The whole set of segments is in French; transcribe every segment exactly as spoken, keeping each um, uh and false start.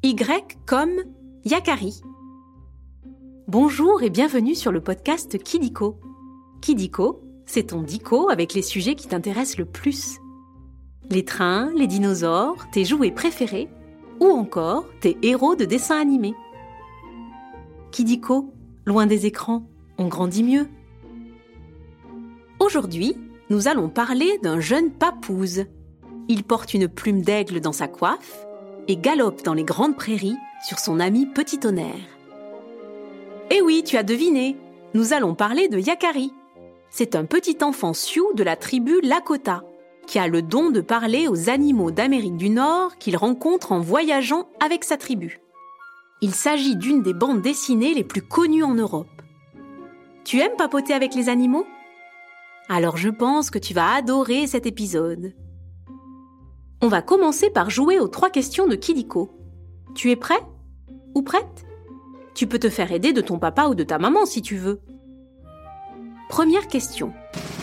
Y comme Yakari. Bonjour et bienvenue sur le podcast Kidiko. Kidiko, c'est ton dico avec les sujets qui t'intéressent le plus. Les trains, les dinosaures, tes jouets préférés ou encore tes héros de dessins animés. Kidiko, loin des écrans, on grandit mieux. Aujourd'hui, nous allons parler d'un jeune papouze. Il porte une plume d'aigle dans sa coiffe et galope dans les grandes prairies sur son ami Petit Tonnerre. Eh oui, tu as deviné, nous allons parler de Yakari. C'est un petit enfant sioux de la tribu Lakota qui a le don de parler aux animaux d'Amérique du Nord qu'il rencontre en voyageant avec sa tribu. Il s'agit d'une des bandes dessinées les plus connues en Europe. Tu aimes papoter avec les animaux ? Alors je pense que tu vas adorer cet épisode. On va commencer par jouer aux trois questions de Kidiko. Tu es prêt ? Ou prête ? Tu peux te faire aider de ton papa ou de ta maman si tu veux. Première question.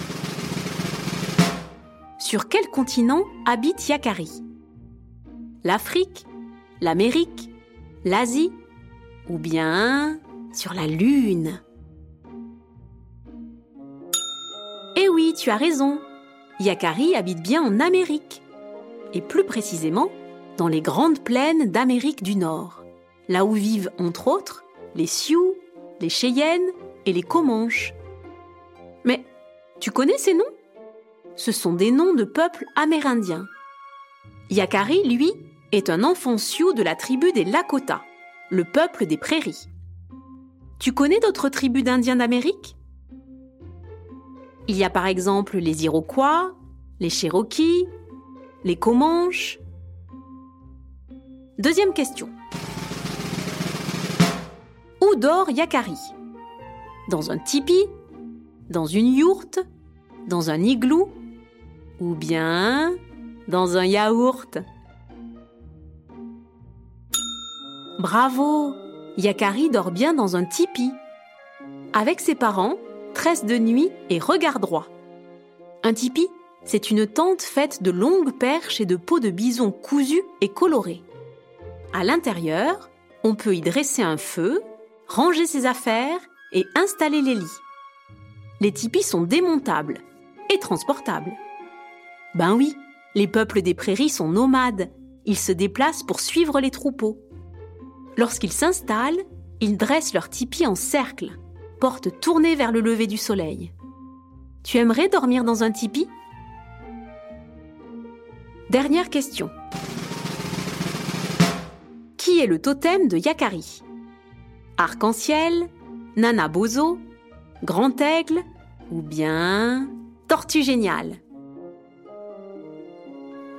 Sur quel continent habite Yakari ? L'Afrique ? L'Amérique ? L'Asie ? Ou bien sur la Lune ? Eh oui, tu as raison. Yakari habite bien en Amérique. Et plus précisément, dans les grandes plaines d'Amérique du Nord, là où vivent entre autres les Sioux, les Cheyennes et les Comanches. Mais tu connais ces noms ? Ce sont des noms de peuples amérindiens. Yakari, lui, est un enfant Sioux de la tribu des Lakota, le peuple des prairies. Tu connais d'autres tribus d'Indiens d'Amérique ? Il y a par exemple les Iroquois, les Cherokees, les Comanches. Deuxième question. Où dort Yakari ? Dans un tipi ? Dans une yourte ? Dans un igloo ? Ou bien dans un yaourt ? Bravo ! Yakari dort bien dans un tipi. Avec ses parents, tresse de nuit et regard droit. Un tipi, c'est une tente faite de longues perches et de peaux de bison cousues et colorées. À l'intérieur, on peut y dresser un feu, ranger ses affaires et installer les lits. Les tipis sont démontables et transportables. Ben oui, les peuples des prairies sont nomades. Ils se déplacent pour suivre les troupeaux. Lorsqu'ils s'installent, ils dressent leur tipi en cercle, porte tournée vers le lever du soleil. Tu aimerais dormir dans un tipi ? Dernière question. Qui est le totem de Yakari ? Arc-en-ciel, Nana Bozo, Grand Aigle ou bien Tortue Géniale ? Bravo !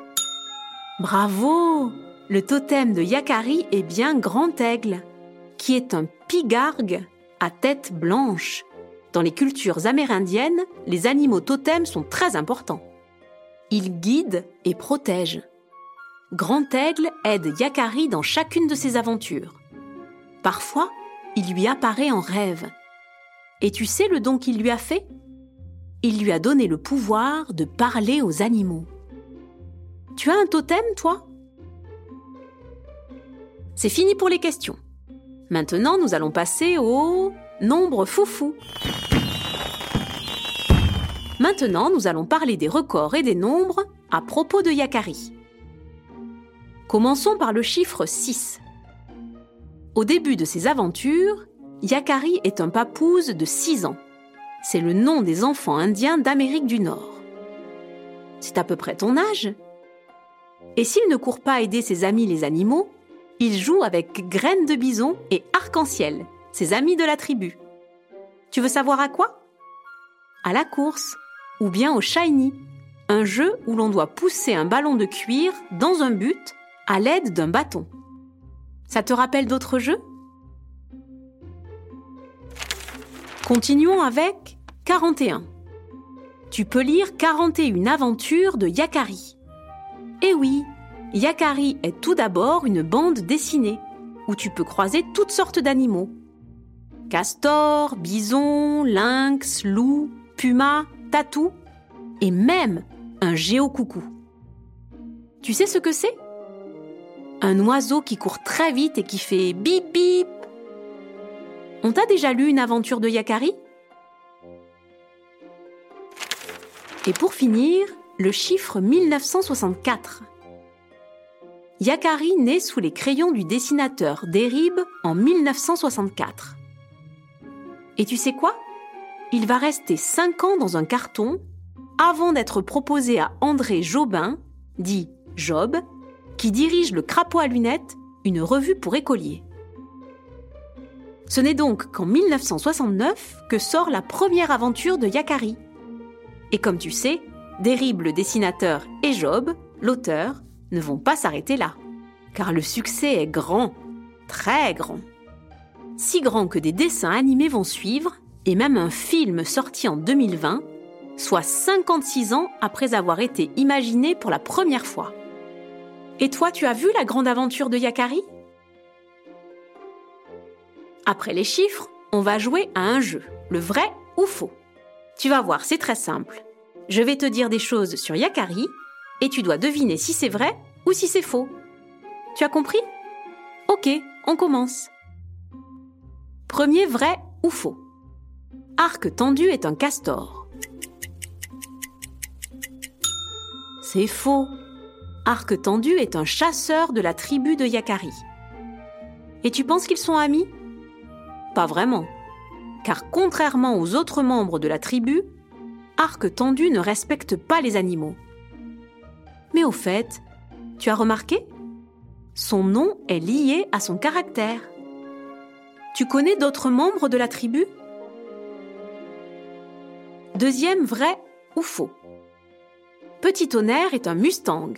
Le totem de Yakari est bien Grand Aigle, qui est un pigargue à tête blanche. Dans les cultures amérindiennes, les animaux totems sont très importants. Ils guident et protègent. Grand Aigle aide Yakari dans chacune de ses aventures. Parfois, il lui apparaît en rêve. Et tu sais le don qu'il lui a fait ? Il lui a donné le pouvoir de parler aux animaux. Tu as un totem, toi ? C'est fini pour les questions. Maintenant, nous allons passer au nombre foufou. Maintenant, nous allons parler des records et des nombres à propos de Yakari. Commençons par le chiffre six. Au début de ses aventures, Yakari est un papouze de six ans. C'est le nom des enfants indiens d'Amérique du Nord. C'est à peu près ton âge. Et s'il ne court pas aider ses amis les animaux, il joue avec Graine de Bison et Arc-en-ciel, ses amis de la tribu. Tu veux savoir à quoi ? À la course, ou bien au shiny, un jeu où l'on doit pousser un ballon de cuir dans un but à l'aide d'un bâton. Ça te rappelle d'autres jeux ? Continuons avec quarante et un. Tu peux lire quarante et une aventures de Yakari. Eh oui, Yakari est tout d'abord une bande dessinée, où tu peux croiser toutes sortes d'animaux. Castor, bison, lynx, loup, puma, tatou, et même un géocoucou. Tu sais ce que c'est ? Un oiseau qui court très vite et qui fait bip bip. On t'a déjà lu une aventure de Yakari ? Et pour finir, le chiffre mille neuf cent soixante-quatre. Yakari naît sous les crayons du dessinateur Derib en mille neuf cent soixante-quatre. Et tu sais quoi ? Il va rester cinq ans dans un carton avant d'être proposé à André Jobin, dit Job, qui dirige le Crapaud à lunettes, une revue pour écoliers. Ce n'est donc qu'en mille neuf cent soixante-neuf que sort la première aventure de Yakari. Et comme tu sais, Derib le dessinateur et Job, l'auteur, ne vont pas s'arrêter là, car le succès est grand, très grand. Si grand que des dessins animés vont suivre, et même un film sorti en deux mille vingt, soit cinquante-six ans après avoir été imaginé pour la première fois. Et toi, tu as vu la grande aventure de Yakari ? Après les chiffres, on va jouer à un jeu, le vrai ou faux. Tu vas voir, c'est très simple. Je vais te dire des choses sur Yakari et tu dois deviner si c'est vrai ou si c'est faux. Tu as compris ? Ok, on commence. Premier vrai ou faux. Arc tendu est un castor. C'est faux. Arc tendu est un chasseur de la tribu de Yakari. Et tu penses qu'ils sont amis ? Pas vraiment. Car contrairement aux autres membres de la tribu, Arc tendu ne respecte pas les animaux. Mais au fait, tu as remarqué ? Son nom est lié à son caractère. Tu connais d'autres membres de la tribu ? Deuxième vrai ou faux. Petit Tonnerre est un Mustang.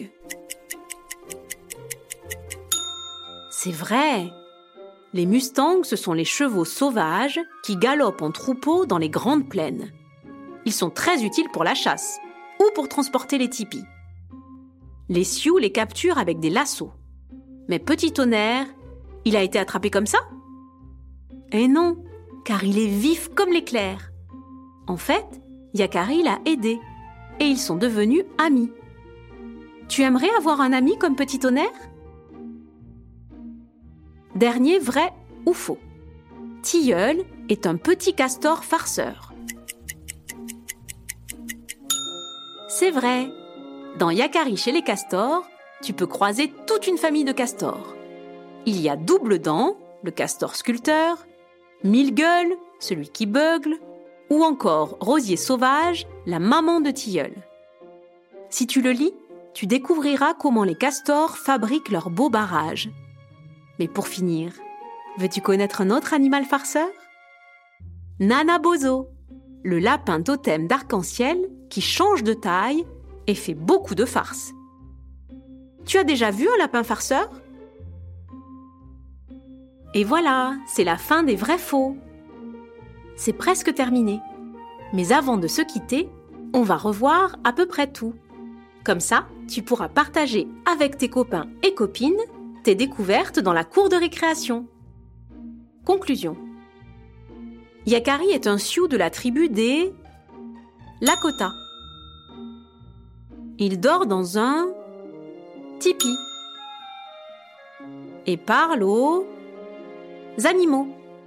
C'est vrai. Les Mustangs, ce sont les chevaux sauvages qui galopent en troupeau dans les grandes plaines. Ils sont très utiles pour la chasse ou pour transporter les tipis. Les Sioux les capturent avec des lassos. Mais Petit Tonnerre, il a été attrapé comme ça ? Eh non, car il est vif comme l'éclair. En fait, Yakari l'a aidé et ils sont devenus amis. Tu aimerais avoir un ami comme Petit Tonnerre ? Dernier vrai ou faux. Tilleul est un petit castor farceur. C'est vrai. Dans Yakari chez les castors, tu peux croiser toute une famille de castors. Il y a Double Dent, le castor sculpteur, Mille-Gueule, celui qui beugle, ou encore Rosier Sauvage, la maman de Tilleul. Si tu le lis, tu découvriras comment les castors fabriquent leurs beaux barrages. Mais pour finir, veux-tu connaître un autre animal farceur ? Nana Bozo, le lapin totem d'arc-en-ciel qui change de taille et fait beaucoup de farces. Tu as déjà vu un lapin farceur ? Et voilà, c'est la fin des vrais faux. C'est presque terminé. Mais avant de se quitter, on va revoir à peu près tout. Comme ça, tu pourras partager avec tes copains et copines tes découvertes dans la cour de récréation. Conclusion. Yakari est un Sioux de la tribu des Lakota. Il dort dans un tipi et parle aux animaux.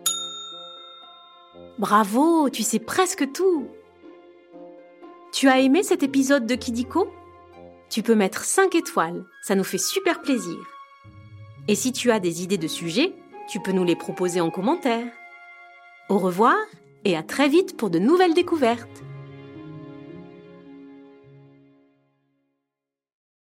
Bravo, tu sais presque tout. Tu as aimé cet épisode de Kidiko ? Tu peux mettre cinq étoiles, ça nous fait super plaisir. Et si tu as des idées de sujets, tu peux nous les proposer en commentaire. Au revoir et à très vite pour de nouvelles découvertes.